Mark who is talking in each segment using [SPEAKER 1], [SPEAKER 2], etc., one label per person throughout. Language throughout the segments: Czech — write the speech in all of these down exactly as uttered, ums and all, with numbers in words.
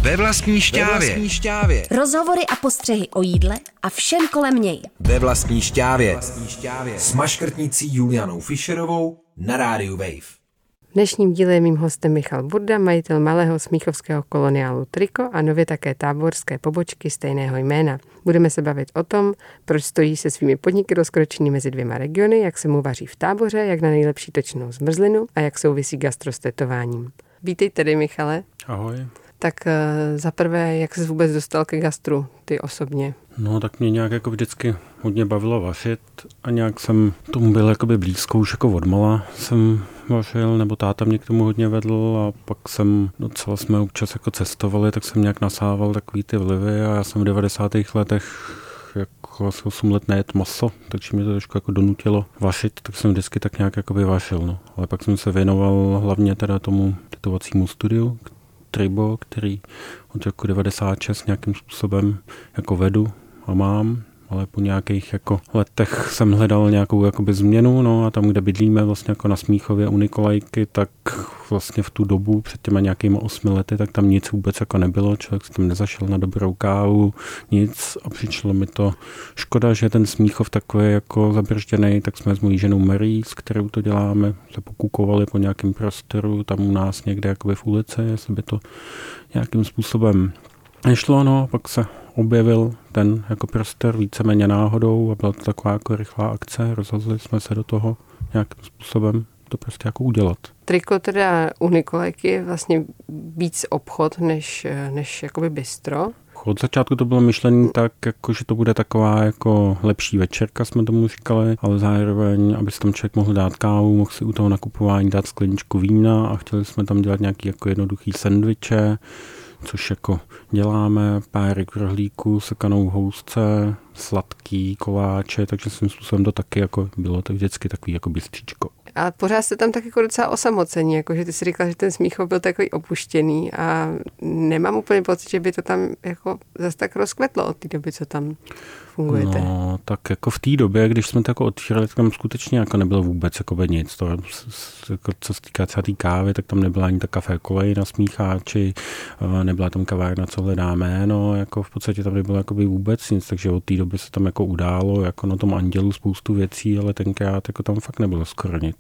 [SPEAKER 1] Ve vlastní šťávě.
[SPEAKER 2] Ve vlastní šťávě.
[SPEAKER 3] Rozhovory a postřehy o jídle a všem kolem něj.
[SPEAKER 2] Ve vlastní šťávě. Vlastní šťávě. S maškrtnicí Julianou Fischerovou na rádiu Wave.
[SPEAKER 4] V dnešním díle je mým hostem Michal Burda, majitel malého smíchovského koloniálu Triko a nově také táborské pobočky stejného jména. Budeme se bavit o tom, proč stojí se svými podniky rozkročení mezi dvěma regiony, jak se mu vaří v Táboře, jak na nejlepší točnou zmrzlinu a jak souvisí gastro s tetováním. Vítej tady, Michale.
[SPEAKER 5] Ahoj.
[SPEAKER 4] Tak za prvé, jak jsi vůbec dostal ke gastru, ty osobně?
[SPEAKER 5] No tak mě nějak jako vždycky hodně bavilo vařit a nějak jsem tomu byl jakoby blízko, už jako odmala jsem vařil, nebo táta mě k tomu hodně vedl a pak jsem docela jsme občas jako cestovali, tak jsem nějak nasával takový ty vlivy a já jsem v devadesátých letech jako asi osm let nejet maso, takže mě to trošku jako donutilo vařit, tak jsem vždycky tak nějak jakoby vařil, no. Ale pak jsem se věnoval hlavně teda tomu tetovacímu studiu, Tribo, který od roku devadesát šest nějakým způsobem jako vedu a mám, ale po nějakých jako letech jsem hledal nějakou jakoby změnu, no a tam, kde bydlíme vlastně jako na Smíchově u Nikolajky, tak vlastně v tu dobu před těma nějakýma osmi lety, tak tam nic vůbec jako nebylo, člověk si tam nezašel na dobrou kávu, nic a přišlo mi to škoda, že ten Smíchov takový jako zabržděnej, tak jsme s mojí ženou Marí, s kterou to děláme, se pokukovali po nějakém prostoru, tam u nás někde jakoby v ulici, jestli by to nějakým způsobem nešlo, no, pak se objevil ten jako prostor víceméně náhodou a byla to taková jako rychlá akce, rozhodli jsme se do toho nějakým způsobem to prostě jako udělat.
[SPEAKER 4] Triko teda u Nikolajky je vlastně víc obchod než, než jakoby bistro.
[SPEAKER 5] Od začátku to bylo myšlené tak, jako, že to bude taková jako lepší večerka, jsme tomu říkali, ale zároveň, aby si tam člověk mohl dát kávu, mohl si u toho nakupování dát skleničku vína a chtěli jsme tam dělat nějaký jako jednoduchý sendviče, což jako děláme, pár rohlíků, sekanou housce, sladký koláče, takže svým způsobem to taky jako bylo to vždycky takový jako bystříčko.
[SPEAKER 4] A pořád jste tam tak jako docela osamocení, jakože ty si říkal, že ten Smíchov byl takový opuštěný a nemám úplně pocit, že by to tam jako zase tak rozkvetlo od té doby, co tam fungujete.
[SPEAKER 5] No, tak jako v té době, když jsme to jako otvírali, tak tam skutečně jako nebylo vůbec jako nic. To, jako, co se týká třeba té kávy, tak tam nebyla ani ta kafé kolej na Smícháči, nebyla tam kavárna, co hledáme, no, jako v podstatě tam nebylo jakoby vůbec nic, takže od té doby se tam jako událo, jako na tom Andělu spoustu věcí, ale tenkrát jako tam fakt nebylo skoro nic.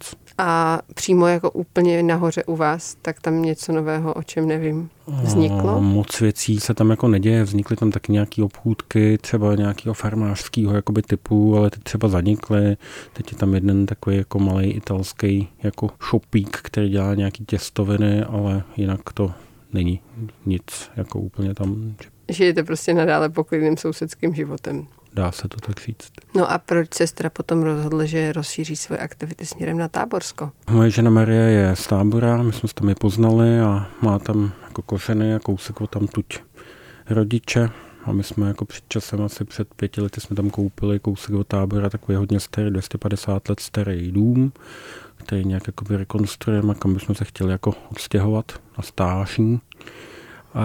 [SPEAKER 4] A přímo jako úplně nahoře u vás, tak tam něco nového, o čem nevím, vzniklo?
[SPEAKER 5] A moc věcí se tam jako neděje, vznikly tam taky nějaký obchůdky, třeba nějakého farmářského jakoby typu, ale ty třeba zanikly. Teď je tam jeden takový jako malý italský jako shopík, který dělá nějaký těstoviny, ale jinak to není nic jako úplně tam.
[SPEAKER 4] Žijete prostě nadále poklidným sousedským životem.
[SPEAKER 5] Dá se to tak říct.
[SPEAKER 4] No a proč sestra potom rozhodla, že rozšíří svoje aktivity směrem na Táborsko?
[SPEAKER 5] Moje žena Marie je z Tábora, my jsme se tam je poznali a má tam jako kořeny a kousek tam tuď rodiče. A my jsme jako před časem, asi před pěti lety jsme tam koupili kousek od Tábora, takový hodně starý, dvě stě padesát let starý dům, který nějak jakoby rekonstruujeme, kam bychom se chtěli jako odstěhovat na stáří. A,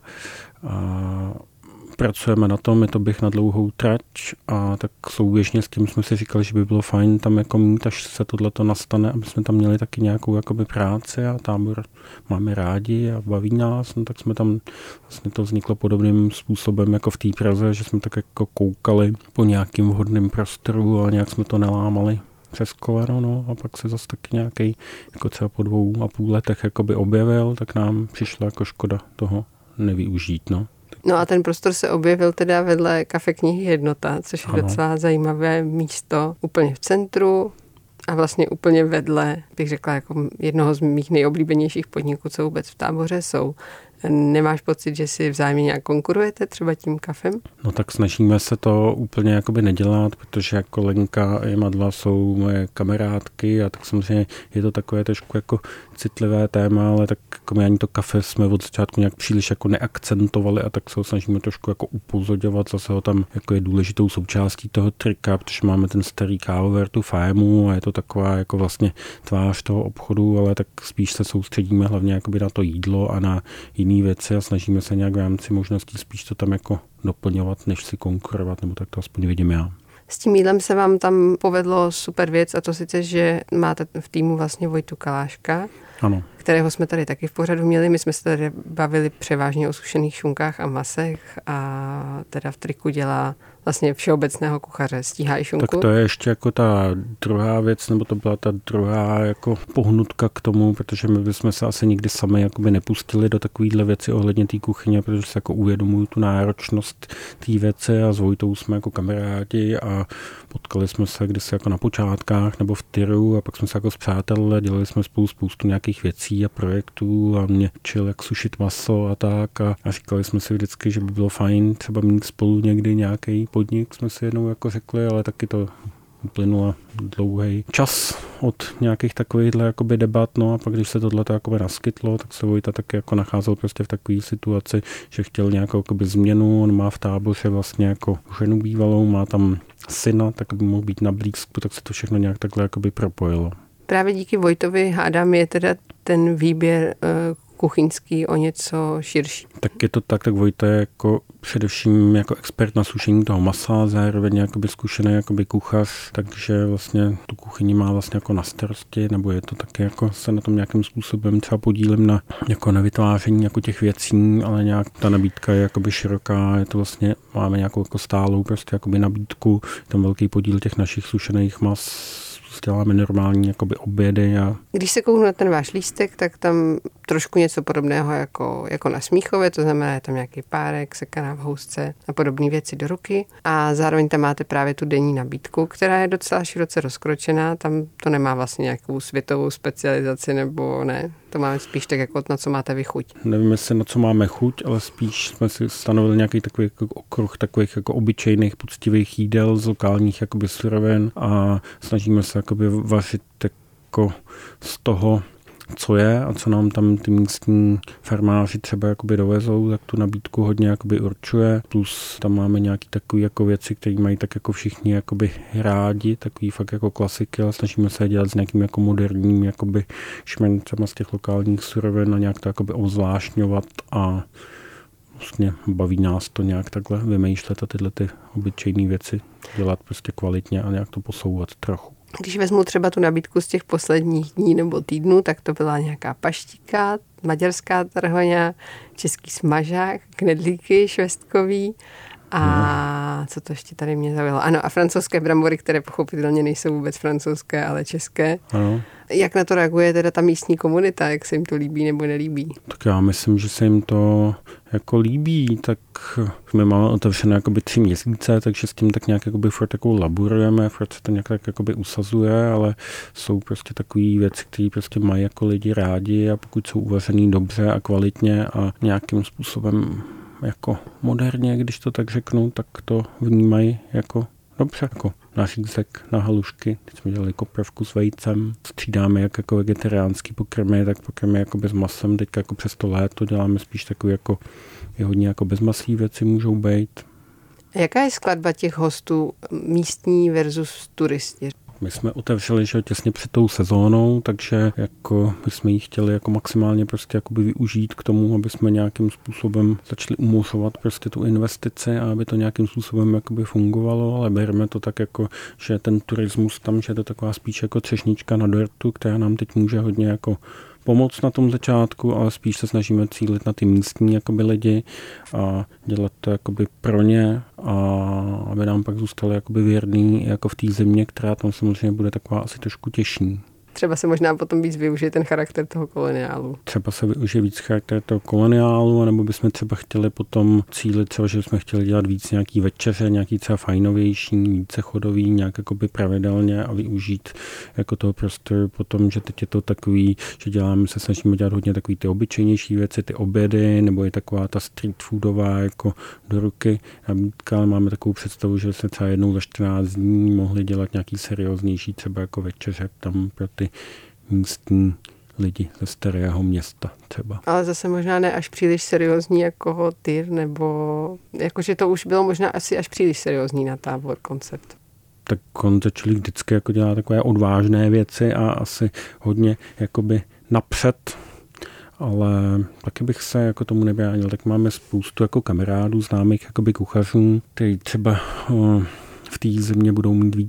[SPEAKER 5] a pracujeme na tom, je to běh na dlouhou trať a tak souběžně s tím jsme si říkali, že by bylo fajn tam jako mít, až se tohleto nastane, aby jsme tam měli taky nějakou jakoby práci a Tábor máme rádi a baví nás, no tak jsme tam, vlastně to vzniklo podobným způsobem jako v té Praze, že jsme tak jako koukali po nějakým vhodným prostoru a nějak jsme to nelámali přes koleno, no a pak se zase taky nějaký, jako třeba po dvou a půl letech jakoby objevil, tak nám přišla jako škoda toho nevyužít, no.
[SPEAKER 4] No a ten prostor se objevil teda vedle kafe knihy Jednota, což je ano. docela zajímavé místo úplně v centru a vlastně úplně vedle, bych řekla, jako jednoho z mých nejoblíbenějších podniků, co vůbec v Táboře jsou. Nemáš pocit, že si vzájemně nějak konkurujete třeba tím kafem?
[SPEAKER 5] No tak snažíme se to úplně jakoby nedělat, protože jako Lenka a Madla jsou moje kamarádky a tak samozřejmě je to takové trošku jako citlivé téma, ale tak jako my ani to kafe jsme od začátku nějak příliš jako neakcentovali a tak se ho snažíme trošku jako upozorňovat, zase ho tam jako je důležitou součástí toho trika, protože máme ten starý kávovar, tu fajmu a je to taková jako vlastně tvář toho obchodu, ale tak spíš se soustředíme hlavně jakoby na to jídlo a na jiné věci a snažíme se nějak v rámci možností spíš to tam jako doplňovat, než si konkurovat, nebo tak to aspoň vidím já.
[SPEAKER 4] S tím jídlem se vám tam povedlo super věc a to sice, že máte v týmu vlastně Vojtu Kaláška,
[SPEAKER 5] ano.
[SPEAKER 4] kterého jsme tady taky v pořadu měli. My jsme se tady bavili převážně o sušených šunkách a masech a teda v triku dělá vlastně všeobecného kuchaře, stíhá i šunku.
[SPEAKER 5] Tak to je ještě jako ta druhá věc, nebo to byla ta druhá jako pohnutka k tomu, protože my bychom se asi nikdy sami jakoby nepustili do takovýhle věci ohledně té kuchyně, protože se jako uvědomují tu náročnost té věci a s Vojtou jsme jako kamarádi a potkali jsme se kdysi jako na počátkách nebo v tyru a pak jsme se jako zpřátelili, dělali jsme spolu spoustu nějakých věcí a projektů a mě učil, jak sušit maso a tak a, a říkali jsme si vždycky, že by bylo fajn třeba mít spolu někdy nějaký podnik, jsme si jednou jako řekli, ale taky to uplynula dlouhý čas od nějakých takovýchhle jakoby debat, no a pak když se tohle jakoby naskytlo, tak se Vojta taky jako nacházel prostě v takové situaci, že chtěl nějakou jakoby změnu, on má v táboře vlastně jako ženu bývalou, má tam syna, tak by mohl být na blízku, tak se to všechno nějak takhle jakoby propojilo.
[SPEAKER 4] Právě díky Vojtovi hádám je teda ten výběr kuchyňský o něco širší.
[SPEAKER 5] Tak je to tak, tak Vojta je jako především jako expert na sušení toho masa, zároveň jakoby zkušený jakoby kuchař, takže vlastně tu kuchyni má vlastně jako na starosti, nebo je to taky jako se na tom nějakým způsobem třeba podílím na jako na vytváření jako těch věcí, ale nějak ta nabídka je jakoby široká, je to vlastně, máme nějakou jako stálou prostě jakoby nabídku, tam velký podíl těch našich sušených mas, děláme normální jakoby obědy. A...
[SPEAKER 4] Když se kouknu na ten váš lístek, tak tam trošku něco podobného jako, jako na Smíchově, to znamená, je tam nějaký párek, sekaná v housce a podobné věci do ruky. A zároveň tam máte právě tu denní nabídku, která je docela široce rozkročená, tam to nemá vlastně nějakou světovou specializaci nebo ne. To máme spíš tak, jako na co máte vy chuť.
[SPEAKER 5] Nevím, jestli na co máme chuť, ale spíš jsme si stanovili nějaký takový jako okruh takových jako obyčejných poctivých jídel z lokálních jakoby surovin a snažíme se jakoby vařit jako z toho, co je a co nám tam ty místní farmáři třeba jakoby dovezou, tak tu nabídku hodně jakoby určuje. Plus tam máme nějaký takový jako věci, které mají tak jako všichni jakoby rádi, takový fakt jako klasiky, ale snažíme se je dělat s nějakým jako moderním jakoby šmencema z těch lokálních surovin a nějak to jakoby ozvláštňovat a vlastně baví nás to nějak takhle vymýšlet a tyhle ty obyčejné věci dělat prostě kvalitně a nějak to posouvat trochu.
[SPEAKER 4] Když vezmu třeba tu nabídku z těch posledních dní nebo týdnů, tak to byla nějaká paštíka, maďarská trhoňa, český smažák, knedlíky švestkový a no. Co to ještě tady mě zaujalo? Ano, a francouzské brambory, které pochopitelně nejsou vůbec francouzské, ale české.
[SPEAKER 5] Ano.
[SPEAKER 4] Jak na to reaguje teda ta místní komunita, jak se jim to líbí nebo nelíbí?
[SPEAKER 5] Tak já myslím, že se jim to jako líbí, tak my máme otevřené jakoby tři měsíce, takže s tím tak nějak jakoby furt takovou laborujeme, furt se to nějak tak jakoby usazuje, ale jsou prostě takové věci, které prostě mají jako lidi rádi a pokud jsou uvařený dobře a kvalitně a nějakým způsobem jako moderně, když to tak řeknu, tak to vnímají jako dobře, jako nařízek na halušky. Teď jsme dělali koprovku s vejcem. Střídáme jak jako vegetariánský pokrmy, tak pokrmy jako bez masem. Teď jako přes to léto děláme spíš takový jako je hodně jako bezmaslý věci můžou být.
[SPEAKER 4] Jaká je skladba těch hostů místní versus turisti?
[SPEAKER 5] My jsme otevřeli, že těsně před tou sezónou, takže jako my jsme ji chtěli jako maximálně prostě jakoby využít k tomu, aby jsme nějakým způsobem začali umožňovat prostě tu investici a aby to nějakým způsobem jakoby fungovalo, ale bereme to tak jako, že ten turismus tam, že je to taková spíš jako třešnička na dortu, která nám teď může hodně jako pomoct na tom začátku, ale spíš se snažíme cílit na ty místní jakoby lidi a dělat to jakoby pro ně a aby nám pak zůstali jakoby věrný jako v té země, která tam samozřejmě bude taková asi trošku těžší.
[SPEAKER 4] Třeba se možná potom víc využije ten charakter toho koloniálu.
[SPEAKER 5] Třeba se využije víc charakter toho koloniálu, nebo bychom třeba chtěli potom cílit třeba, že bychom chtěli dělat víc nějaký večeře, nějaký třeba fajnovější, více chodový, nějak jakoby pravidelně a využít jako toho prostoru potom, že teď je to takový, že děláme, se snažíme dělat hodně takový ty obyčejnější věci, ty obědy, nebo je taková ta street foodová jako do ruky nabídka, ale máme takovou představu, že se třeba jednou za čtrnáct dní mohli dělat nějaký serióznější třeba jako večeře tam pro ty místní lidi ze starého města třeba.
[SPEAKER 4] Ale zase možná ne až příliš seriózní jako Tyr, nebo jakože to už bylo možná asi až příliš seriózní na Tábor koncept.
[SPEAKER 5] Tak on začali vždycky jako dělat takové odvážné věci a asi hodně jakoby napřed, ale taky bych se jako tomu nebránil. Tak máme spoustu jako kamarádů, známých jakoby kuchařů, kteří třeba o, v té země budou mít víc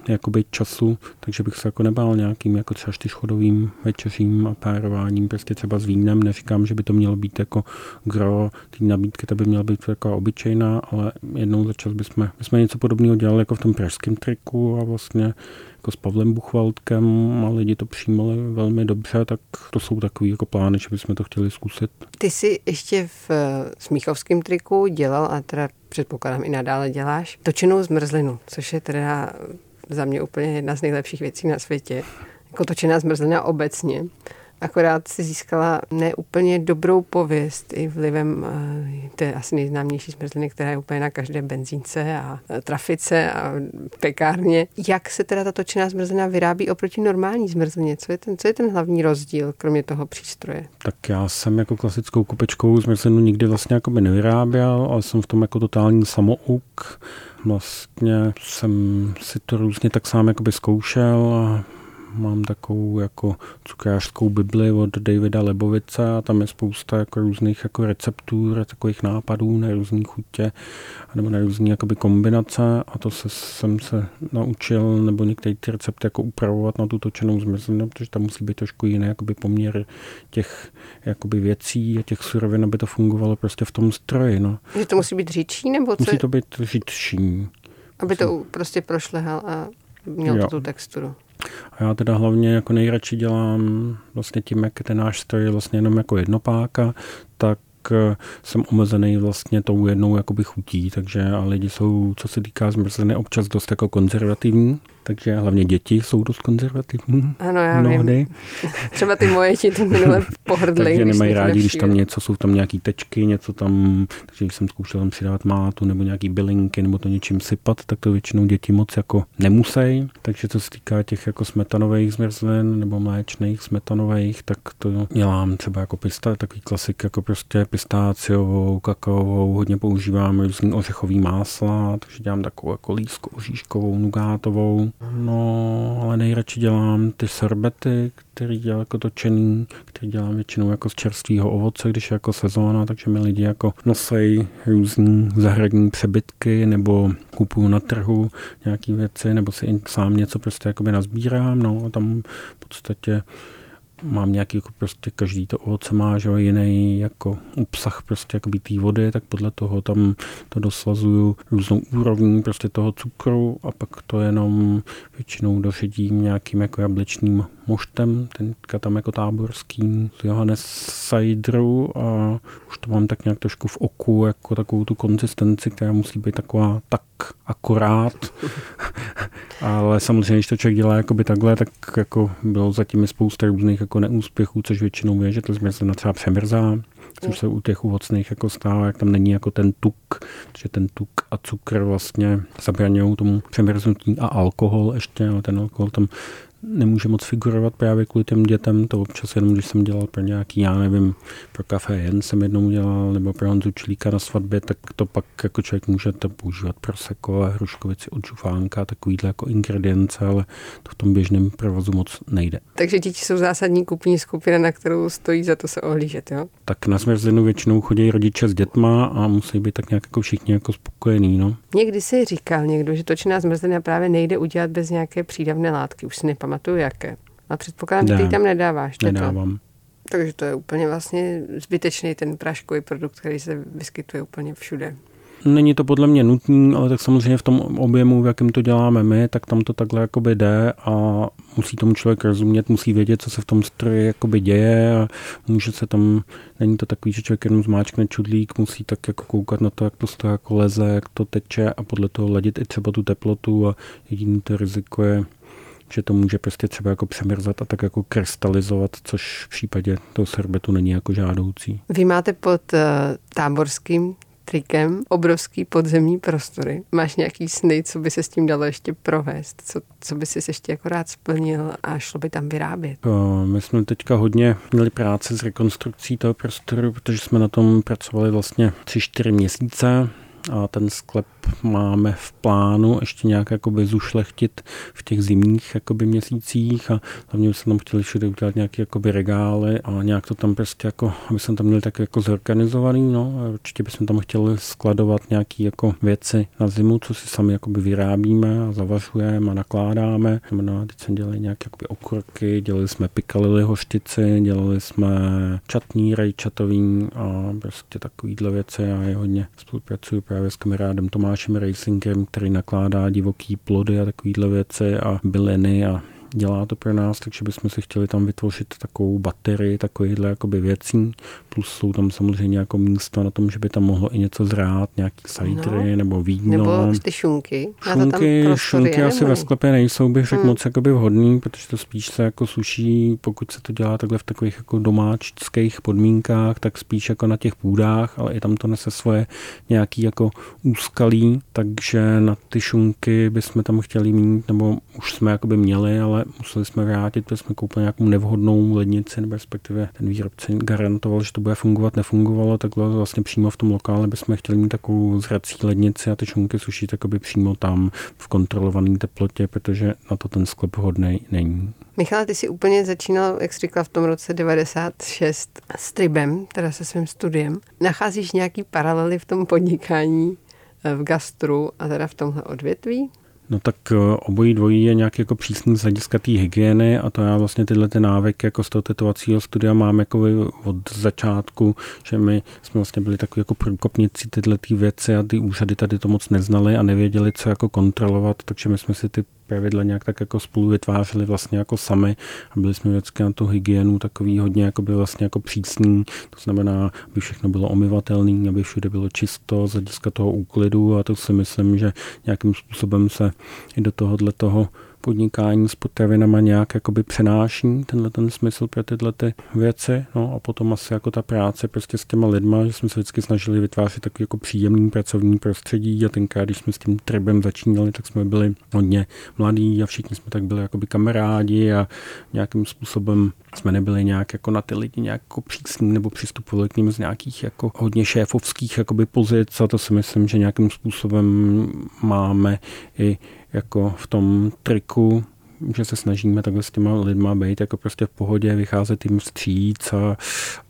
[SPEAKER 5] jakoby času, takže bych se jako nebál nějakým jako třeba čtyřchodovým večeřím a párováním, prostě třeba s vínem. Neříkám, že by to mělo být jako gro, ty nabídky, to by měla být jako obyčejná, ale jednou za čas bychom, bychom něco podobného dělali jako v tom pražském triku a vlastně jako s Pavlem Buchwaldkem a lidi to přijímali velmi dobře, tak to jsou takový jako plány, že bychom to chtěli zkusit.
[SPEAKER 4] Ty jsi ještě v smíchovském triku dělal a teda předpokládám i nadále děláš točenou zmrzlinu, což je teda za mě úplně jedna z nejlepších věcí na světě. Jako točená zmrzlina obecně. Akorát si získala neúplně dobrou pověst i vlivem, to je asi nejznámější zmrzliny, která je úplně na každé benzínce a trafice a pekárně. Jak se teda ta točená zmrzlina vyrábí oproti normální zmrzlině? Co je ten, co je ten hlavní rozdíl, kromě toho přístroje?
[SPEAKER 5] Tak já jsem jako klasickou kupečkou zmrzlinu nikdy vlastně jako by nevyráběl, ale jsem v tom jako totální samouk. Vlastně jsem si to různě tak sám jakoby zkoušel a mám takovou jako cukrářskou bibli od Davida Lebovice a tam je spousta jako různých jako receptur, takových nápadů na různý chutě nebo na různý jakoby kombinace a to se, jsem se naučil nebo některé ty recepty jako upravovat na tu točenou zmrzlinu, protože tam musí být trošku jiný jakoby poměr těch jakoby věcí a těch surovin, aby to fungovalo prostě v tom stroji. No.
[SPEAKER 4] Že to musí být říčí nebo co?
[SPEAKER 5] Musí to být říčí.
[SPEAKER 4] Aby to prostě prošlehal a měl to tu texturu.
[SPEAKER 5] A já teda hlavně jako nejradši dělám vlastně tím, jak je ten náš stroj je vlastně jenom jako jednopáka, tak jsem omezený vlastně tou jednou jakoby chutí, takže a lidi jsou, co se týká zmrzliny, občas dost jako konzervativní, takže hlavně děti jsou dost konzervativní.
[SPEAKER 4] Ano, já
[SPEAKER 5] mnohdy.
[SPEAKER 4] vím. Třeba ty moje ti to minule pohrdly.
[SPEAKER 5] Takže nemají rádi, když tam něco, jsou tam nějaký tečky, něco tam, takže když jsem zkoušel tam přidávat mátu nebo nějaký bylinky nebo to něčím sypat, tak to většinou děti moc jako nemusí. Takže co se týká těch jako smetanových zmrzlin nebo mléčných smetanových, tak to dělám třeba jako pista, takový klasik jako prostě pistáciovou, kakaovou, hodně používám různý ořechový másla, takže dělám takovou jako lísku oříškovou, nugátovou. No, ale nejradši dělám ty sorbety, který dělám jako točený, který dělám většinou jako z čerstvého ovoce, když je jako sezóna, takže mi lidi jako nosej různý zahradní přebytky nebo kupuju na trhu nějaký věci, nebo si sám něco prostě jakoby nazbírám, no a tam v podstatě mám nějaký, jako prostě každý to ovoce má, že jiný jako obsah prostě jakoby té vody, tak podle toho tam to doslazuju různou úrovní prostě toho cukru a pak to jenom většinou doředím nějakým jako jablečným moštem, teďka tam jako táborský z Johannes Cideru a už to mám tak nějak trošku v oku, jako takovou tu konzistenci, která musí být taková tak akorát. Ale samozřejmě, když to člověk dělá jakoby takhle, tak jako bylo zatím spousta různých jako neúspěchů, což většinou je, že to zmrzlina třeba přemrzá, což se u těch ovocných jako stává, jak tam není jako ten tuk, že ten tuk a cukr vlastně zabraňují tomu přemrznutí a alkohol ještě, ale ten alkohol tam nemůže moc figurovat právě kvůli těm dětem, to občas jenom, když jsem dělal pro nějaký, já nevím, pro Café Jen jsem jednou dělal, nebo pro Honzu Čilíka na svatbě, tak to pak jako člověk může to používat prosecco a hruškovici od žufánka, takovýhle jako ingredience, ale to v tom běžném provozu moc nejde.
[SPEAKER 4] Takže děti jsou zásadní kupní skupina, na kterou stojí za to se ohlížet, jo?
[SPEAKER 5] Tak na zmrzlinu většinou chodí rodiče s dětma a musí být tak nějak jako všichni jako spokojení, no.
[SPEAKER 4] Někdy si říkal někdo, že točená zmrzlina právě nejde udělat bez nějaké přídavné látky, už si nepamatuju jaké. A předpokládám, že ty tam nedáváš.
[SPEAKER 5] Nedávám.
[SPEAKER 4] To? Takže to je úplně vlastně zbytečný ten práškový produkt, který se vyskytuje úplně všude.
[SPEAKER 5] Není to podle mě nutný, ale tak samozřejmě v tom objemu, v jakém to děláme my, tak tam to takhle jakoby jde a musí tomu člověk rozumět, musí vědět, co se v tom stroji jakoby děje a může se tam, není to takový, že člověk jenom zmáčkne čudlík, musí tak jako koukat na to, jak to z toho jako leze, jak to teče a podle toho ladit i třeba tu teplotu a jediný to riziko je, že to může prostě třeba jako přemrzat a tak jako krystalizovat, což v případě toho sorbetu není jako žádoucí.
[SPEAKER 4] Vy máte pod uh, táborským trikem obrovský podzemní prostory. Máš nějaký sny, co by se s tím dalo ještě provést? Co, co by si ještě jako rád splnil a šlo by tam vyrábět?
[SPEAKER 5] My jsme teďka hodně měli práce s rekonstrukcí toho prostoru, protože jsme na tom pracovali vlastně tři, čtyři měsíce a ten sklep máme v plánu ještě nějak jakoby zušlechtit v těch zimních jakoby měsících a hlavně jsme tam chtěli všude udělat nějaké jakoby regály a nějak to tam prostě jako, aby jsme tam měli tak jako zorganizovaný, no a určitě bychom tam chtěli skladovat nějaké jako věci na zimu, co si sami jakoby vyrábíme a zavařujeme a nakládáme. No a teď jsme dělali nějaké jakoby okurky, dělali jsme pikalily hořtici, dělali jsme čatní, rajčatový a prostě takovýhle věci. Já je hodně spolupracuju právě s kamarádem Tomášem Racingem, který nakládá divoký plody a takovýhle věci a byliny a dělá to pro nás, takže bychom si chtěli tam vytvořit takovou baterii, takovýhle jakoby věcí, plus jsou tam samozřejmě jako místo na tom, že by tam mohlo i něco zrát, nějaký sajdry
[SPEAKER 4] no,
[SPEAKER 5] nebo víno.
[SPEAKER 4] Nebo ty šunky.
[SPEAKER 5] Šunky, šunky asi ve sklepě nejsou, bych řekl, hmm. moc jakoby vhodný, protože to spíš se jako suší, pokud se to dělá takhle v takových jako domáčských podmínkách, tak spíš jako na těch půdách, ale i tam to nese svoje nějaký jako úskalí, takže na ty šunky bychom tam chtěli mít, nebo už jsme jakoby měli, ale museli jsme vrátit, protože jsme koupili nějakou nevhodnou lednici, nebo respektive ten výrobce garantoval, že to bude fungovat, nefungovalo, tak vlastně přímo v tom lokále bychom chtěli mít takovou zrací lednici a ty šunky sušit jakoby přímo tam v kontrolované teplotě, protože na to ten sklep hodnej není.
[SPEAKER 4] Michale, ty jsi úplně začínal, jak jsi říkala, v tom roce devadesát šest s Tribem, teda se svým studiem. Nacházíš nějaký paralely v tom podnikání v gastru a teda v tomhle odvětví?
[SPEAKER 5] No tak obojí dvojí je nějak jako přísný z hlediska té hygieny a to já vlastně tyhle ty návyky jako z toho tetovacího studia mám jako od začátku, že my jsme vlastně byli takový jako průkopníci tyhle ty věci a ty úřady tady to moc neznali a nevěděli, co jako kontrolovat, takže my jsme si ty pravidla nějak tak jako spolu vytvářeli vlastně jako sami a byli jsme vždycky na tu hygienu takový hodně jako by vlastně jako přísný, to znamená, aby všechno bylo omyvatelné, aby všude bylo čisto z hlediska toho úklidu a to si myslím, že nějakým způsobem se i do tohohle toho podnikání s potravinama nějak jakoby přenáší tenhle ten smysl pro tyhle ty věci. No a potom asi jako ta práce prostě s těma lidma, že jsme se vždycky snažili vytvářet takový jako příjemný pracovní prostředí a tenkrát, když jsme s tím Tribem začínali, tak jsme byli hodně mladí a všichni jsme tak byli jakoby kamarádi a nějakým způsobem jsme nebyli nějak jako na ty lidi nějak jako přísní nebo přistupovali k nim z nějakých jako hodně šéfovských jakoby pozic a to si myslím, že nějakým způsobem máme i jako v tom triku, že se snažíme takhle s těma lidma být jako prostě v pohodě, vycházet jim vstříc a,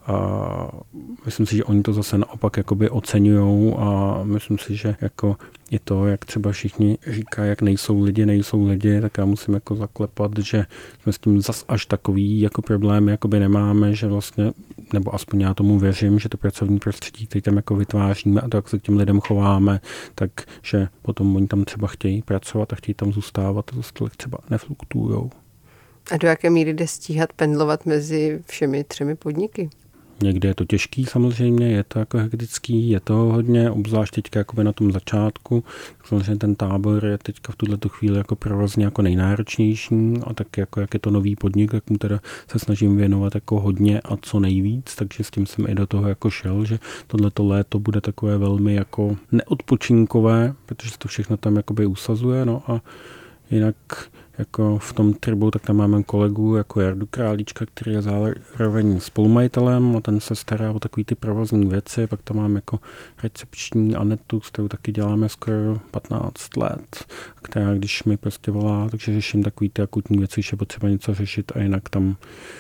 [SPEAKER 5] a myslím si, že oni to zase naopak jakoby oceňujou a myslím si, že jako i to, jak třeba všichni říkají, jak nejsou lidi, nejsou lidi, tak já musím jako zaklepat, že jsme s tím zas až takový jako problém jakoby nemáme, že vlastně, nebo aspoň já tomu věřím, že to pracovní prostředí, který tam jako vytváříme a to, jak se k těm lidem chováme, takže potom oni tam třeba chtějí pracovat a chtějí tam zůstávat a to tolik třeba nefluktujou.
[SPEAKER 4] A do jaké míry jde stíhat pendlovat mezi všemi třemi podniky?
[SPEAKER 5] Někde je to těžký samozřejmě, je to jako hektický, je to hodně, obzvlášť teďka jakoby na tom začátku. Samozřejmě ten tábor je teďka v tuto chvíli jako provozně jako nejnáročnější a tak jako jak je to nový podnik, tak mu teda se snažím věnovat jako hodně a co nejvíc, takže s tím jsem i do toho jako šel, že tohleto léto bude takové velmi jako neodpočinkové, protože se to všechno tam jakoby usazuje, no a jinak jako v tom Tribu, tak tam máme kolegu jako Jardu Králíčka, který je zároveň spolumajitelem a ten se stará o takový ty provozní věci, pak tam máme jako recepční Anetu, s kterou taky děláme skoro patnáct let, která když mi prostě volá, takže řeším takový ty akutní věci, že je potřeba něco řešit a jinak tam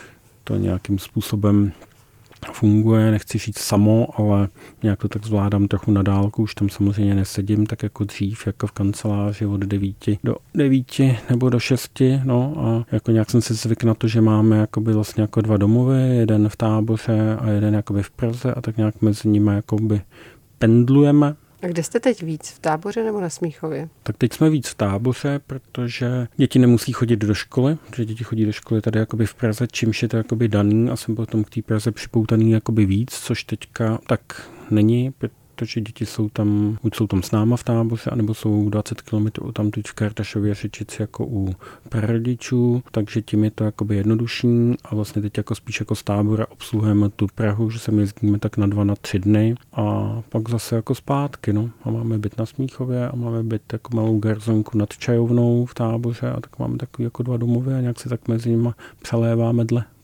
[SPEAKER 5] to nějakým způsobem funguje, nechci říct samo, ale nějak to tak zvládám trochu na dálku, už tam samozřejmě nesedím, tak jako dřív, jako v kanceláři od devíti do devíti nebo do šesti, no a jako nějak jsem si zvyk na to, že máme jakoby vlastně jako dva domovy, jeden v Táboře a jeden jakoby v Praze a tak nějak mezi nimi jakoby pendlujeme.
[SPEAKER 4] A kde jste teď víc? V Táboře nebo na Smíchově?
[SPEAKER 5] Tak teď jsme víc v Táboře, protože děti nemusí chodit do školy, protože děti chodí do školy tady jakoby v Praze, čímž je to jakoby daný a jsem potom k té Praze připoutaný jakoby víc, což teďka tak není, protože děti jsou tam, buď jsou tam s náma v Táboře, anebo jsou dvacet kilometrů tam teď v Kartašově Řečici jako u prarodičů, takže tím je to jakoby jednodušší a vlastně teď jako spíš jako z Tábora obsluhujeme tu Prahu, že se jezdíme tak na dva, na tři dny a pak zase jako zpátky, no. A máme byt na Smíchově a máme byt jako malou garzonku nad Čajovnou v Táboře a tak máme takový jako dva domovy a nějak se tak mezi nimi přeléváme dle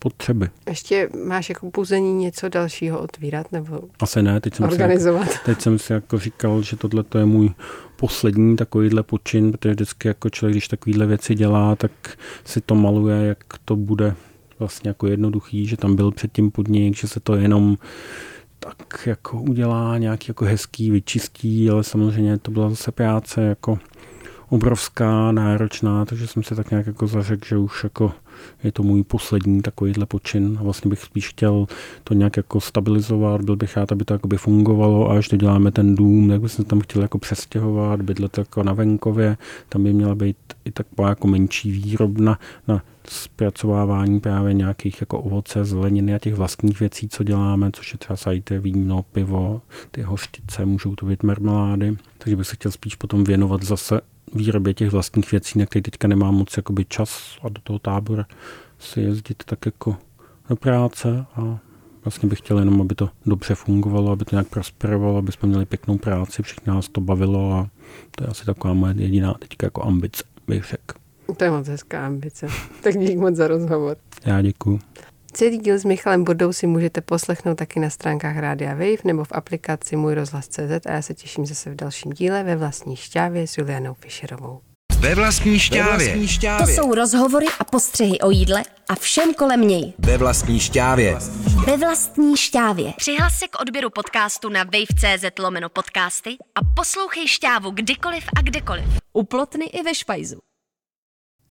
[SPEAKER 5] potřeby.
[SPEAKER 4] Ještě máš jako puzení něco dalšího otvírat nebo
[SPEAKER 5] Asi ne, teď jsem
[SPEAKER 4] organizovat?
[SPEAKER 5] Si, teď jsem si jako říkal, že tohle je můj poslední takovýhle počin, protože vždycky jako člověk, když takovýhle věci dělá, tak si to maluje, jak to bude vlastně jako jednoduchý, že tam byl předtím podnik, že se to jenom tak jako udělá nějaký jako hezký, vyčistí, ale samozřejmě to byla zase práce jako obrovská, náročná, takže jsem se tak nějak jako zařekl, že už jako je to můj poslední takovýhle počin a vlastně bych spíš chtěl to nějak jako stabilizovat, byl bych rád, aby to jakoby fungovalo a až doděláme ten dům, tak bych se tam chtěl jako přestěhovat, bydlet jako na venkově, tam by měla být i taková jako menší výrobna na zpracovávání právě nějakých jako ovoce, zeleniny a těch vlastních věcí, co děláme, což je třeba sajty, víno, pivo, ty hořčice, můžou to být marmelády, takže bych se chtěl spíš potom věnovat zase výrobě těch vlastních věcí, na které teďka nemám moc jakoby čas a do toho Tábora si jezdit tak jako do práce a vlastně bych chtěl jenom, aby to dobře fungovalo, aby to nějak prosperovalo, aby jsme měli pěknou práci, všichni nás to bavilo a to je asi taková moje jediná teďka jako ambice, bych řekl.
[SPEAKER 4] To je moc hezká ambice. Tak dík moc za rozhovor.
[SPEAKER 5] Já děkuju.
[SPEAKER 4] Celý díl s Michalem Burdou si můžete poslechnout taky na stránkách Rádia Wave nebo v aplikaci Můj rozhlas tečka cé zet a já se těším zase v dalším díle Ve vlastní šťávě s Julianou Fischerovou.
[SPEAKER 2] Ve vlastní šťávě.
[SPEAKER 3] To jsou rozhovory a postřehy o jídle a všem kolem něj.
[SPEAKER 2] Ve vlastní šťávě.
[SPEAKER 3] Ve vlastní šťávě. Přihlas se k odběru podcastu na wave tečka cé zet lomeno podcasty a poslouchej Šťávu kdykoliv a kdekoliv. U Plotny i ve Špajzu.